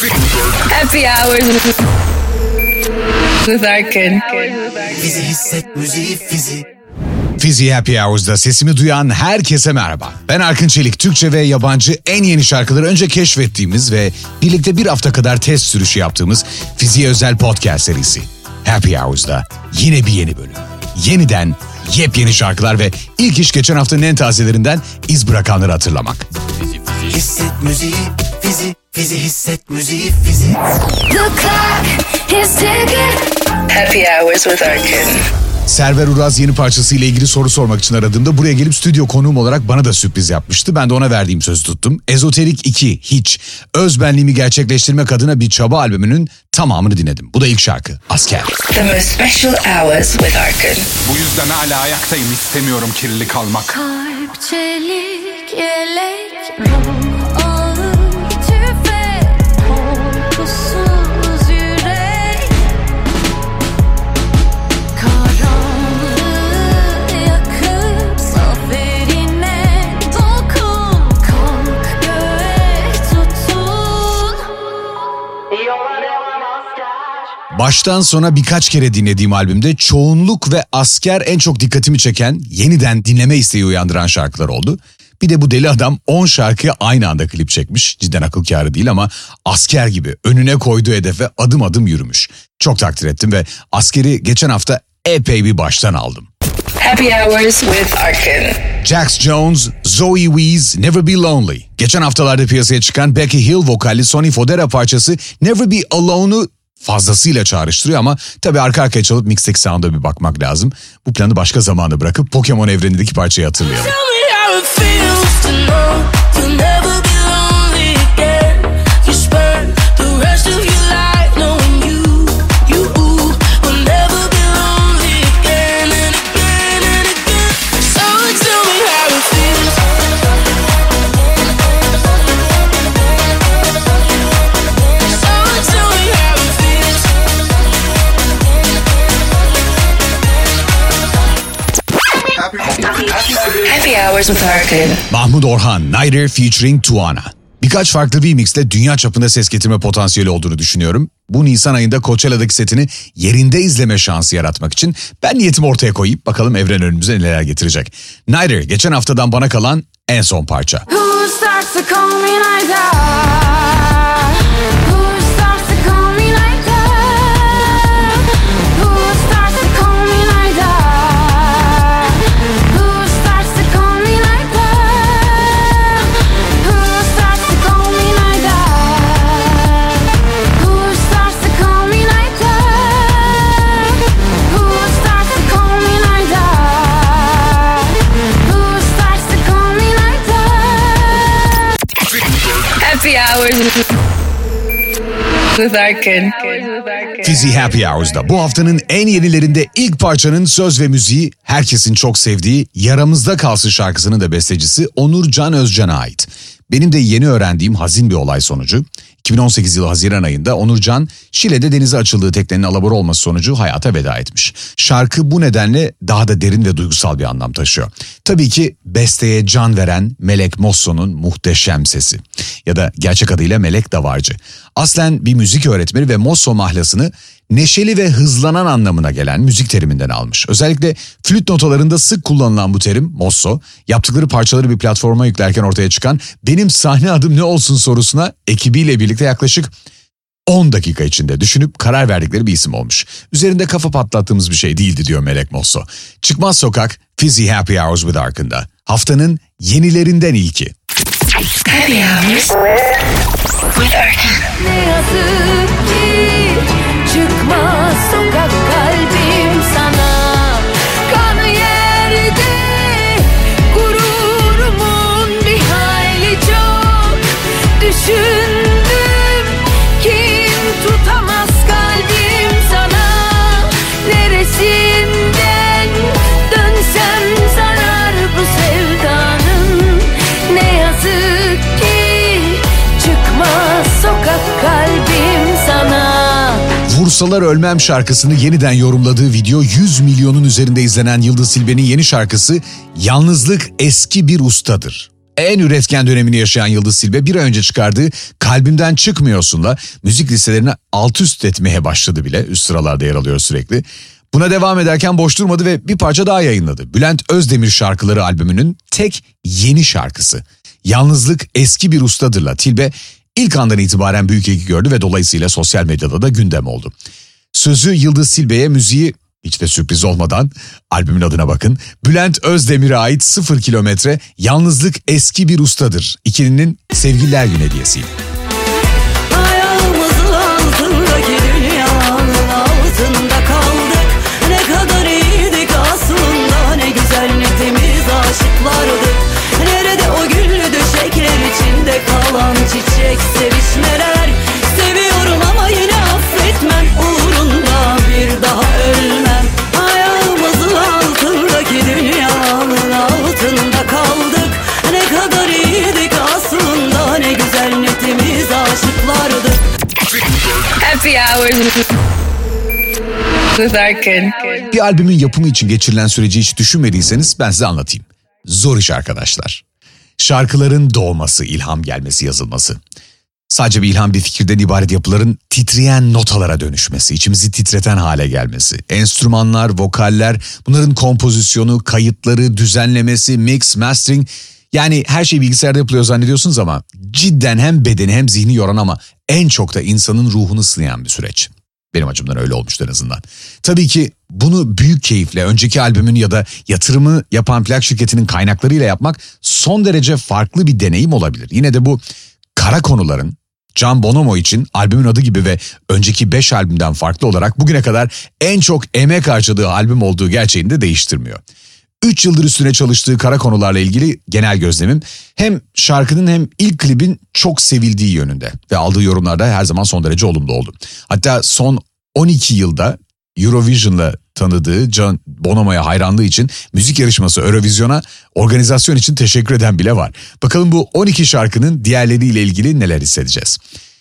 Happy Hours with Arkin. Fizi hisset müziği Fizi. Fizi Happy Hours'da sesimi duyan herkese merhaba. Ben Arkin Çelik. Türkçe ve yabancı en yeni şarkıları önce keşfettiğimiz ve birlikte bir hafta kadar test sürüşü yaptığımız Fizi'ye özel podcast serisi. Happy Hours'da yine bir yeni bölüm. Yeniden yepyeni şarkılar ve ilk iş geçen haftanın en tazelerinden iz bırakanları hatırlamak. Hisset müziği Fizi. Fizi hisset müziği Fizi. The clock is ticking. Happy Hours with Arkin. Server Uraz yeni parçasıyla ilgili soru sormak için aradığımda buraya gelip stüdyo konuğum olarak bana da sürpriz yapmıştı. Ben de ona verdiğim sözü tuttum. Ezoterik 2 Hiç. Özbenliğimi gerçekleştirmek adına bir çaba albümünün tamamını dinledim. Bu da ilk şarkı. Asker. The most special hours with Arkin. Bu yüzden hala ayaktayım, istemiyorum kirli kalmak. Kalp çelik yelek, ruh ağır tüfek, korkusuz yürek. Karanlığı yakıp zaferine dokun, kalk göğe tutun. Baştan sona birkaç kere dinlediğim albümde çoğunluk ve asker en çok dikkatimi çeken, yeniden dinleme isteği uyandıran şarkılar oldu. Bir de bu deli adam 10 şarkıya aynı anda klip çekmiş. Cidden akıl kârı değil ama asker gibi önüne koyduğu hedefe adım adım yürümüş. Çok takdir ettim ve askeri geçen hafta epey bir baştan aldım. Happy Hours with Arkin. Jax Jones, Zoe Wees, Never Be Lonely. Geçen haftalarda piyasaya çıkan Becky Hill vokalli Sonny Fodera parçası Never Be Alone'u fazlasıyla çağrıştırıyor ama tabii arka arkaya çalıp mixteki sound'a bir bakmak lazım. Bu planı başka zamanda bırakıp Pokemon evrenindeki parçayı hatırlayalım. Happy Hours with Arkin. Mahmut Orhan, Nighter featuring Tuana. Birkaç farklı remixle dünya çapında ses getirme potansiyeli olduğunu düşünüyorum. Bu Nisan ayında Coachella'daki setini yerinde izleme şansı yaratmak için ben niyetimi ortaya koyup bakalım evren önümüze neler getirecek. Nighter geçen haftadan bana kalan en son parça. Who starts to call me like that? Who starts to call me like that? Who starts to call me like that? Who starts to call me like that? Who starts to call me like that? Who starts to call me like that? Who starts to call me like that? Who starts to call me like that? Happy Hours with Arkin. Fizi Happy Hours'da bu haftanın en yenilerinde ilk parçanın söz ve müziği herkesin çok sevdiği Yaramızda Kalsın şarkısının da bestecisi Onur Can Özcan'a ait. Benim de yeni öğrendiğim hazin bir olay sonucu 2018 yılı Haziran ayında Onurcan, Şile'de denize açıldığı teknenin alabora olması sonucu hayata veda etmiş. Şarkı bu nedenle daha da derin ve duygusal bir anlam taşıyor. Tabii ki besteye can veren Melek Mosso'nun muhteşem sesi. Ya da gerçek adıyla Melek Davarcı. Aslen bir müzik öğretmeni ve Mosso mahlasını neşeli ve hızlanan anlamına gelen müzik teriminden almış. Özellikle flüt notalarında sık kullanılan bu terim Mosso, yaptıkları parçaları bir platforma yüklerken ortaya çıkan benim sahne adım ne olsun sorusuna ekibiyle birlikte yaklaşık 10 dakika içinde düşünüp karar verdikleri bir isim olmuş. Üzerinde kafa patlattığımız bir şey değildi diyor Melek Mosso. Çıkmaz Sokak, Fizi Happy Hours with Arkin'da. Haftanın yenilerinden ilki. Happy Hours with Arkin. Ne yazık ki çıkmaz sokak kalbim sana. Kanı yerde gururumun bir hayli çok. Düşündüm kim tutamaz kalbim sana. Neresinden dönsem zarar bu sevdanın. Ne yazık ki çıkmaz sokak kalbim sana. Vursalar Ölmem şarkısını yeniden yorumladığı video 100 milyonun üzerinde izlenen Yıldız Tilbe'nin yeni şarkısı Yalnızlık Eski Bir Ustadır. en üretken dönemini yaşayan Yıldız Tilbe bir ay önce çıkardığı Kalbimden Çıkmıyorsun'la müzik listelerini alt üst etmeye başladı bile. Üst sıralarda yer alıyor sürekli. Buna devam ederken boş durmadı ve bir parça daha yayınladı. Bülent Özdemir Şarkıları albümünün tek yeni şarkısı. Yalnızlık Eski Bir Ustadır'la Tilbe ilk andan itibaren büyük ilgi gördü ve dolayısıyla sosyal medyada da gündem oldu. Sözü Yıldız Tilbe'ye, müziği hiç de sürpriz olmadan albümün adına bakın. Bülent Özdemir'e ait 0 kilometre Yalnızlık Eski Bir Ustadır. İkilinin Sevgililer Günü hediyesiydi. Ayağımızın altındaki dünyanın altında kaldık. Ne kadar iyiydik aslında, ne güzel ne temiz aşıklardık. Nerede o güllü döşekler içinde kalan çiçek sevişmeler. Seviyorum ama yine affetmem, uğrunda bir daha ölmem. Ayağımızın altındaki dünyanın altında kaldık. Ne kadar iyiydik aslında, ne güzel ne temiz aşıklardık. Happy Hours with Arkin. Bir albümün yapımı için geçirilen süreci hiç düşünmediyseniz ben size anlatayım. Zor iş arkadaşlar. Şarkıların doğması, ilham gelmesi, yazılması. Sadece bir ilham, bir fikirden ibaret yapıların titreyen notalara dönüşmesi, içimizi titreten hale gelmesi. Enstrümanlar, vokaller, bunların kompozisyonu, kayıtları, düzenlemesi, mix, mastering. Yani her şey bilgisayarda yapılıyor zannediyorsunuz ama cidden hem bedeni hem zihni yoran ama en çok da insanın ruhunu sınayan bir süreç. Benim açımdan öyle olmuştu en azından. Tabii ki bunu büyük keyifle önceki albümün ya da yatırımı yapan plak şirketinin kaynaklarıyla yapmak son derece farklı bir deneyim olabilir. Yine de bu kara konuların Can Bonomo için albümün adı gibi ve önceki 5 albümden farklı olarak bugüne kadar en çok emek harcadığı albüm olduğu gerçeğini de değiştirmiyor. 3 yıldır üstüne çalıştığı kara konularla ilgili genel gözlemim hem şarkının hem ilk klibin çok sevildiği yönünde ve aldığı yorumlarda her zaman son derece olumlu oldu. Hatta son 12 yılda Eurovision'la tanıdığı Can Bonomo'ya hayranlığı için müzik yarışması Eurovision'a organizasyon için teşekkür eden bile var. Bakalım bu 12 şarkının diğerleriyle ilgili neler hissedeceğiz.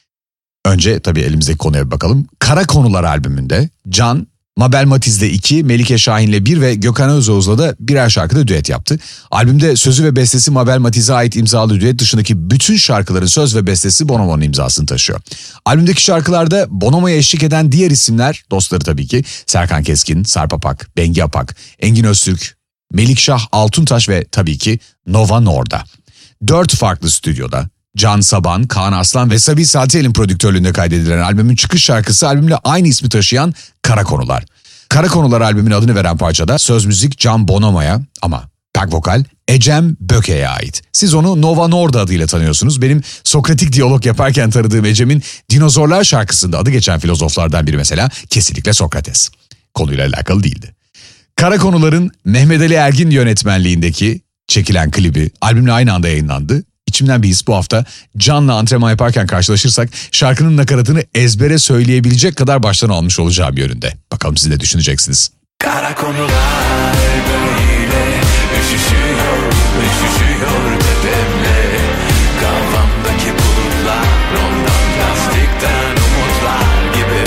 Önce tabii elimizdeki konuya bir bakalım. Kara Konular albümünde Can, Mabel Matiz'le 2, Melike Şahin'le 1 ve Gökhan Özoğuz'la da birer şarkıda düet yaptı. Albümde sözü ve bestesi Mabel Matiz'e ait imzalı düet dışındaki bütün şarkıların söz ve bestesi Bonomo'nun imzasını taşıyor. Albümdeki şarkılarda Bonomo'ya eşlik eden diğer isimler, dostları tabii ki Serkan Keskin, Sarp Apak, Bengi Apak, Engin Öztürk, Melikşah Altuntaş ve tabii ki Nova Norda. 4 farklı stüdyoda Can Saban, Kaan Aslan ve Sabi Saltiel'in prodüktörlüğünde kaydedilen albümün çıkış şarkısı albümle aynı ismi taşıyan Kara Konular. Kara Konular albümün adını veren parçada söz müzik Can Bonomo'ya ama back vokal Ecem Böke'ye ait. Siz onu Nova Norda adıyla tanıyorsunuz. Benim Sokratik diyalog yaparken tanıdığım Ecem'in Dinozorlar şarkısında adı geçen filozoflardan biri mesela kesinlikle Sokrates. Konuyla alakalı değildi. Kara Konular'ın Mehmet Ali Ergin yönetmenliğindeki çekilen klibi albümle aynı anda yayınlandı. İçimden bir his bu hafta Can'la antrenman yaparken karşılaşırsak şarkının nakaratını ezbere söyleyebilecek kadar baştan almış olacağım yönünde. Bakalım siz ne düşüneceksiniz? Kara konular böyle üşüşüyor, üşüşüyor tepemle. Kafamdaki bulutlar ondan lastikten umutlar gibi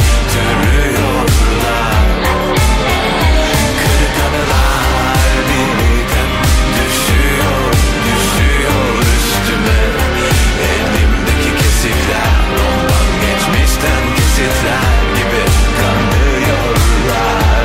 türüyorlar. Kırık anılar birden düşüyor, düşüyor üstüme. Elimdeki kesikler ondan geçmişten kesitler gibi kanıyorlar.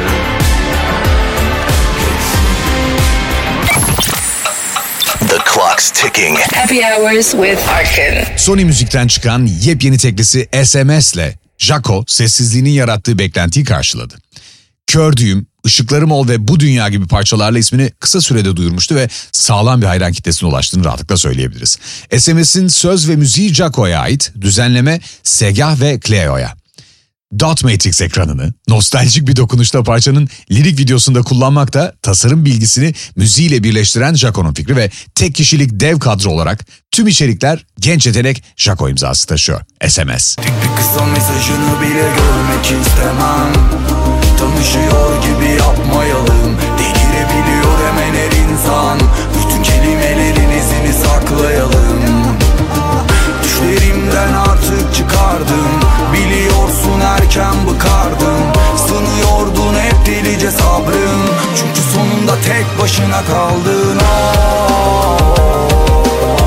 The clock's ticking. Happy Hours with Arkin. Sony Müzik'ten çıkan yepyeni teklisi SMS'le Jaco sessizliğinin yarattığı beklentiyi karşıladı. Kör Düğüm, Işıklarım Ol ve Bu Dünya gibi parçalarla ismini kısa sürede duyurmuştu ve sağlam bir hayran kitlesine ulaştığını rahatlıkla söyleyebiliriz. SMS'in söz ve müziği Jaco'ya ait, düzenleme Segah ve Cleo'ya. Dot Matrix ekranını nostaljik bir dokunuşla parçanın lirik videosunda kullanmak da tasarım bilgisini müziğiyle birleştiren Jaco'nun fikri ve tek kişilik dev kadro olarak tüm içerikler genç yetenek Jaco imzası taşıyor. SMS. Bir kısa mesajını bile görmek istemem. Tanışıyor gibi yapmayalım. Delirebiliyor hemen her insan. Bütün kelimelerin izini saklayalım. Düşlerimden artık çıkardım. Biliyorsun erken bıkardım. Sınıyordun hep delice sabrım. Çünkü sonunda tek başına kaldın.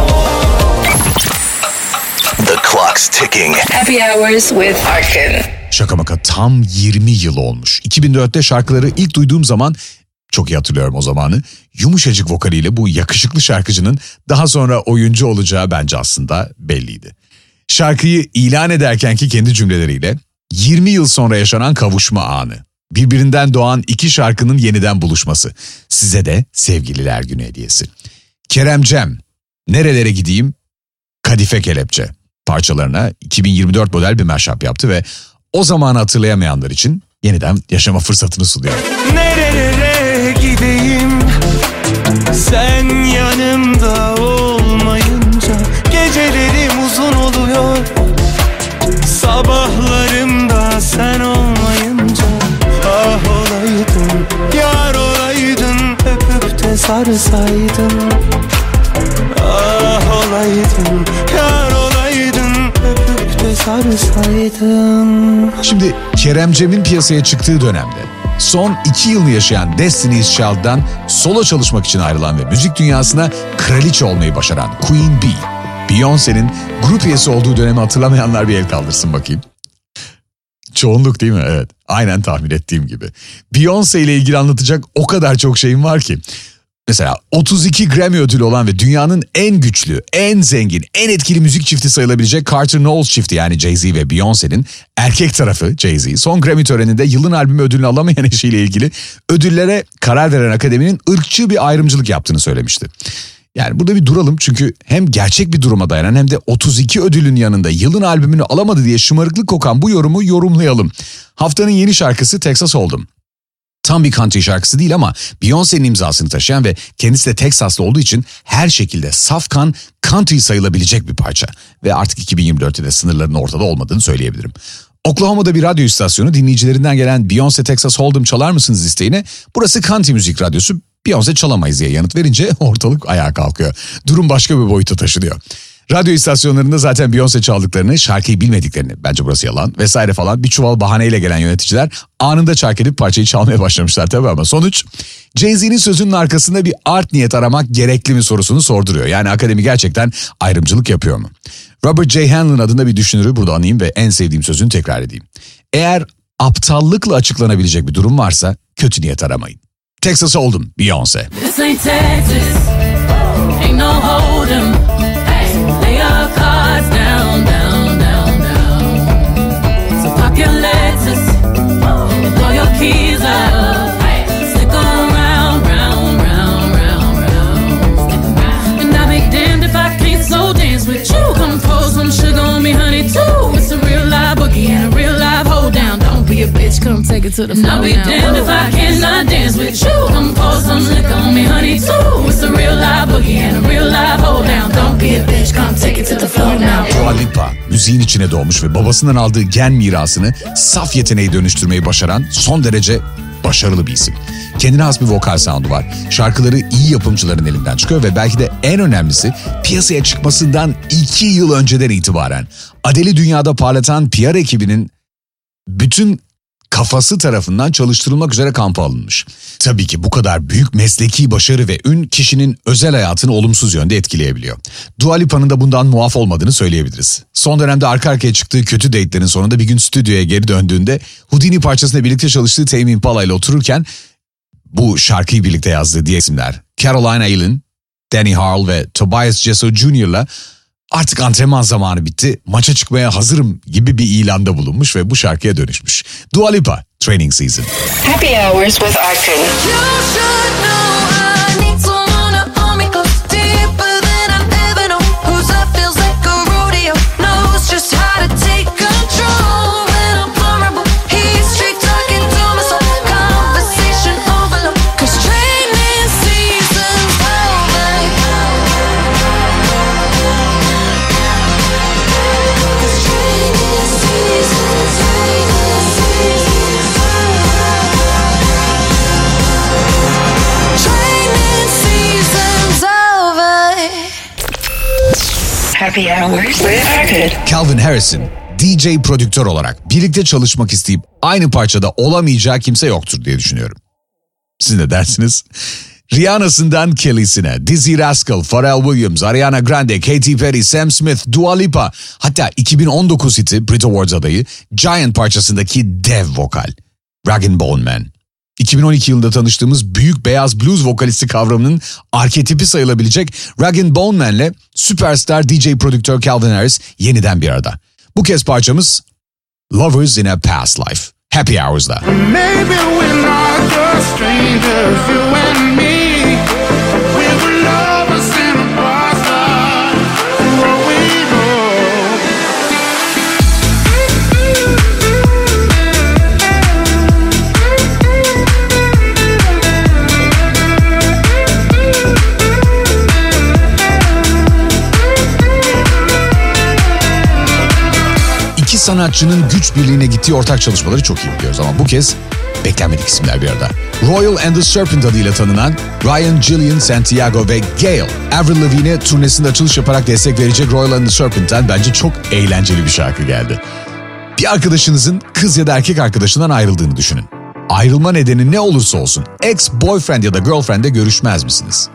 clock's ticking. Happy Hours with Arkin. Şaka maka tam 20 yıl olmuş. 2004'te şarkıları ilk duyduğum zaman, çok iyi hatırlıyorum o zamanı, yumuşacık vokaliyle bu yakışıklı şarkıcının daha sonra oyuncu olacağı bence aslında belliydi. Şarkıyı ilan ederkenki kendi cümleleriyle 20 yıl sonra yaşanan kavuşma anı. Birbirinden doğan iki şarkının yeniden buluşması. Size de Sevgililer Günü hediyesi. Kerem Cem, Nerelere Gideyim, Kadife Kelepçe parçalarına 2024 model bir mashup yaptı ve o zamanı hatırlayamayanlar için yeniden yaşama fırsatını sunuyor. Nerelere gideyim sen yanımda olmayınca, gecelerim uzun oluyor, sabahlarımda sen olmayınca. Ah olaydın, yar olaydın, öpüp de sarsaydın. Ah olaydın, yar olaydın, öpüp de sarsaydım. Şimdi Kerem Cem'in piyasaya çıktığı dönemde son 2 yılını yaşayan Destiny's Child'dan solo çalışmak için ayrılan ve müzik dünyasına kraliçe olmayı başaran Queen Bee, Beyoncé'nin grup üyesi olduğu dönemi hatırlamayanlar bir el kaldırsın bakayım. Çoğunluk değil mi? Evet. Aynen tahmin ettiğim gibi. Beyoncé ile ilgili anlatacak o kadar çok şeyim var ki. Mesela 32 Grammy ödülü olan ve dünyanın en güçlü, en zengin, en etkili müzik çifti sayılabilecek Carter Knowles çifti, yani Jay-Z ve Beyoncé'nin erkek tarafı Jay-Z son Grammy töreninde yılın albümü ödülünü alamayan eşiyle ilgili ödüllere karar veren akademinin ırkçı bir ayrımcılık yaptığını söylemişti. Yani burada bir duralım, çünkü hem gerçek bir duruma dayanan hem de 32 ödülün yanında yılın albümünü alamadı diye şımarıklık kokan bu yorumu yorumlayalım. Haftanın yeni şarkısı Texas Hold'em. Tam bir country şarkısı değil ama Beyoncé'nin imzasını taşıyan ve kendisi de Texaslı olduğu için her şekilde safkan country sayılabilecek bir parça. Ve artık 2024'te de sınırların ortada olmadığını söyleyebilirim. Oklahoma'da bir radyo istasyonu dinleyicilerinden gelen Beyoncé Texas Hold'em çalar mısınız isteğine, burası country müzik radyosu, Beyoncé çalamayız diye yanıt verince ortalık ayağa kalkıyor. Durum başka bir boyuta taşınıyor. Radyo istasyonlarında zaten Beyoncé çaldıklarını, şarkıyı bilmediklerini, bence burası yalan vesaire falan bir çuval bahaneyle gelen yöneticiler anında çark edip parçayı çalmaya başlamışlar tabii, ama sonuç Jay-Z'nin sözünün arkasında bir art niyet aramak gerekli mi sorusunu sorduruyor. Yani akademi gerçekten ayrımcılık yapıyor mu? Robert J. Hanlon adında bir düşünürü burada anayım ve en sevdiğim sözünü tekrar edeyim. Eğer aptallıkla açıklanabilecek bir durum varsa kötü niyet aramayın. Texas Hold'em, Beyoncé. This ain't Texas, ain't no hold'em. Lay your cards down, down, down, down. So pack your Lexus and throw your keys out. Stick around, round, round, round, round. And I'll be damned if I can't slow dance with you. Come pour some sugar on me, honey, too. It's a real live boogie and a real live hold down. Don't be a bitch, come take it to the floor. I'll be damned if I cannot dance with you. Come pour some liquor on me, honey, too. It's a real live boogie and a real live hold down. Don't be a bitch, come take it to the floor now. Dua Lipa, müziğin içine doğmuş ve babasından aldığı gen mirasını saf yeteneğe dönüştürmeyi başaran son derece başarılı bir isim. Kendine has bir vokal sound'u var. Şarkıları iyi yapımcıların elinden çıkıyor ve belki de en önemlisi piyasaya çıkmasından 2 yıl önceden itibaren Adele'i dünyada parlatan PR ekibinin bütün kafası tarafından çalıştırılmak üzere kampa alınmış. Tabii ki bu kadar büyük mesleki başarı ve ün kişinin özel hayatını olumsuz yönde etkileyebiliyor. Dua Lipa'nın da bundan muaf olmadığını söyleyebiliriz. Son dönemde arka arkaya çıktığı kötü date'lerin sonunda bir gün stüdyoya geri döndüğünde Houdini parçasında birlikte çalıştığı Tame Impala ile otururken bu şarkıyı birlikte yazdığı diğer isimler Caroline Aylen, Danny Harl ve Tobias Jesso Jr.'la artık antrenman zamanı bitti, maça çıkmaya hazırım gibi bir ilanda bulunmuş ve bu şarkıya dönüşmüş. Dua Lipa, Training Season. Happy Hours with Arkin. You should know I need someone to hold me close, deeper than I've ever known. Whose love feels like a rodeo, knows just how to take control when I'm vulnerable. He's straight talking to my soul, conversation overload. 'Cause training season's over. 'Cause training season's over. Happy Hours with Arkin. Calvin Harris'in DJ prodüktör olarak birlikte çalışmak isteyip aynı parçada olamayacağı kimse yoktur diye düşünüyorum. Siz ne dersiniz? Rihanna'sından Kelly'sine, Dizzy Rascal, Pharrell Williams, Ariana Grande, Katy Perry, Sam Smith, Dua Lipa, hatta 2019 hiti Brit Awards adayı Giant parçasındaki dev vokal. Rag & Bone Man. 2012 yılında tanıştığımız büyük beyaz blues vokalisti kavramının arketipi sayılabilecek Rag & Bone Man'le süperstar DJ prodüktör Calvin Harris yeniden bir arada. Bu kez parçamız Lovers in a Past Life. Happy Hours'da. Maybe we're not just strangers, you and me. We were lovers in a past life. What we know. İki sanatçının güç birliğine gittiği ortak çalışmaları çok iyi biliyoruz ama bu kez beklenmedik isimler bir arada. Royal and the Serpent adıyla tanınan Ryan Gillian Santiago ve Gale, Avril Lavigne'e turnesinde açılış yaparak destek verecek Royal and the Serpent'ten bence çok eğlenceli bir şarkı geldi. Bir arkadaşınızın kız ya da erkek arkadaşından ayrıldığını düşünün. Ayrılma nedeni ne olursa olsun ex-boyfriend ya da girlfriend'e görüşmez misiniz?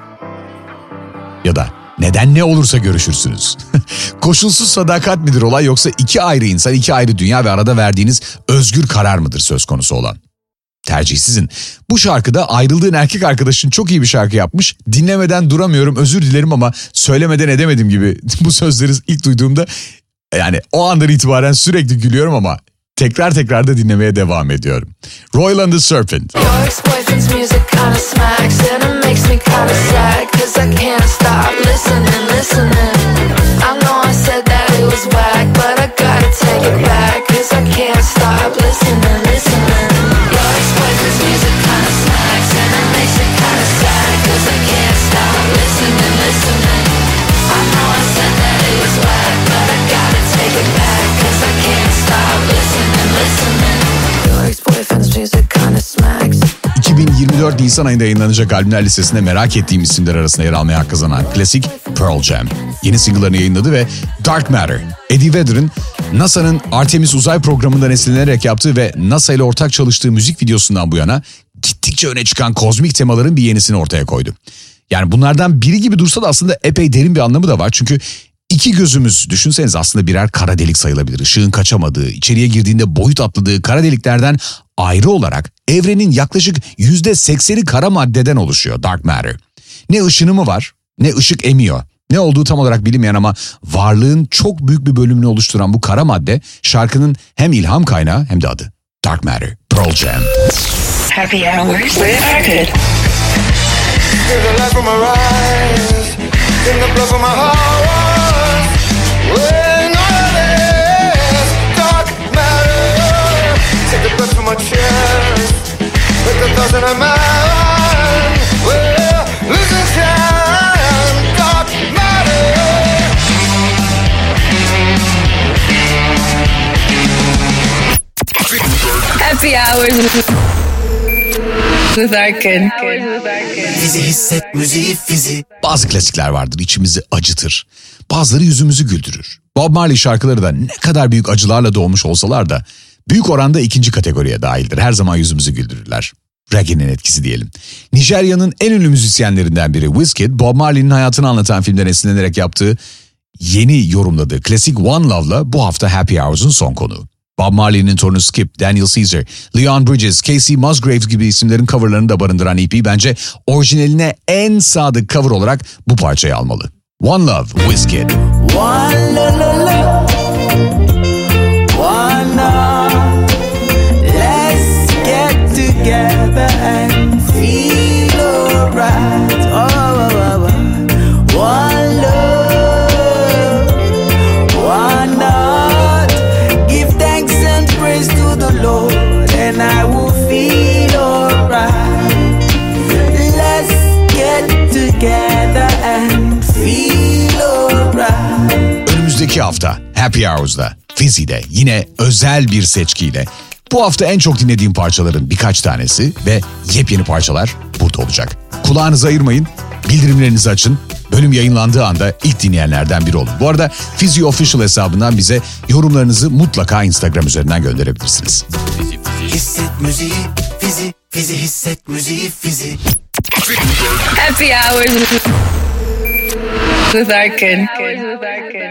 Ya da neden ne olursa görüşürsünüz? Koşulsuz sadakat midir olay yoksa iki ayrı insan, iki ayrı dünya ve arada verdiğiniz özgür karar mıdır söz konusu olan? Tercih sizin. Bu şarkıda ayrıldığın erkek arkadaşın çok iyi bir şarkı yapmış. Dinlemeden duramıyorum, özür dilerim ama söylemeden edemedim gibi bu sözleri ilk duyduğumda yani o andan itibaren sürekli gülüyorum ama tekrar da dinlemeye devam ediyorum. Royal and the Serpent. Your ex-boyfriend's music kinda smacks and it makes me kinda sad cause I can't stop listening. I know I said that it was whack but I gotta take it back cause I can't stop listening. Your ex-boyfriend's music kinda smacks and it makes me kinda sad cause I can't stop listening. I know I said that it was whack but I gotta take it back cause I can't stop listening. Your ex-boyfriend's music kinda smacks. 2024 Nisan ayında yayınlanacak albümler listesinde merak ettiğim isimler arasında yer almaya hak kazanan klasik Pearl Jam yeni single'larını yayınladı ve Dark Matter, Eddie Vedder'ın NASA'nın Artemis uzay programından esinlenerek yaptığı ve NASA ile ortak çalıştığı müzik videosundan bu yana gittikçe öne çıkan kozmik temaların bir yenisini ortaya koydu. Yani bunlardan biri gibi dursa da aslında epey derin bir anlamı da var çünkü İki gözümüz düşünseniz aslında birer kara delik sayılabilir. Işığın kaçamadığı, içeriye girdiğinde boyut atladığı kara deliklerden ayrı olarak evrenin yaklaşık %80'i kara maddeden oluşuyor Dark Matter. Ne ışınımı var, ne ışık emiyor. Ne olduğu tam olarak bilinmeyen ama varlığın çok büyük bir bölümünü oluşturan bu kara madde şarkının hem ilham kaynağı hem de adı. Dark Matter, Pearl Jam. Happy Hours with Arcade. Feel the light from my eyes, in the blood from my heart. When all this dark matter, take the breath from my chest, with the thoughts in my mind. Well, losing time, dark matter. Happy Hours with Arcade. Fizi hisset müziği fizi. Bazı klasikler vardır içimizi acıtır. Bazıları yüzümüzü güldürür. Bob Marley şarkıları da ne kadar büyük acılarla doğmuş olsalar da büyük oranda ikinci kategoriye dahildir. Her zaman yüzümüzü güldürürler. Reggae'nin etkisi diyelim. Nijerya'nın en ünlü müzisyenlerinden biri Wizkid, Bob Marley'nin hayatını anlatan filmden esinlenerek yaptığı yeni yorumladığı klasik One Love'la bu hafta Happy Hours'un son konuğu. Bob Marley'nin torunu Skip, Daniel Caesar, Leon Bridges, Casey Musgraves gibi isimlerin coverlarını da barındıran EP bence orijinaline en sadık cover olarak bu parçayı almalı. One Love, Wizkid. One love, one love. Let's get together and feel alright. One love, one heart. Give thanks and praise to the Lord, and I will feel alright. Let's get together and feel alright. Önümüzdeki hafta Happy Hours'da, Fizi'de yine özel bir seçkiyle bu hafta en çok dinlediğim parçaların birkaç tanesi ve yepyeni parçalar burada olacak. Kulağınızı ayırmayın, bildirimlerinizi açın. Bölüm yayınlandığı anda ilk dinleyenlerden biri olun. Bu arada Fizi Official hesabından bize yorumlarınızı mutlaka Instagram üzerinden gönderebilirsiniz. Hisset müziği fizi, fizi hisset müziği fizi. Happy hours with Arkin.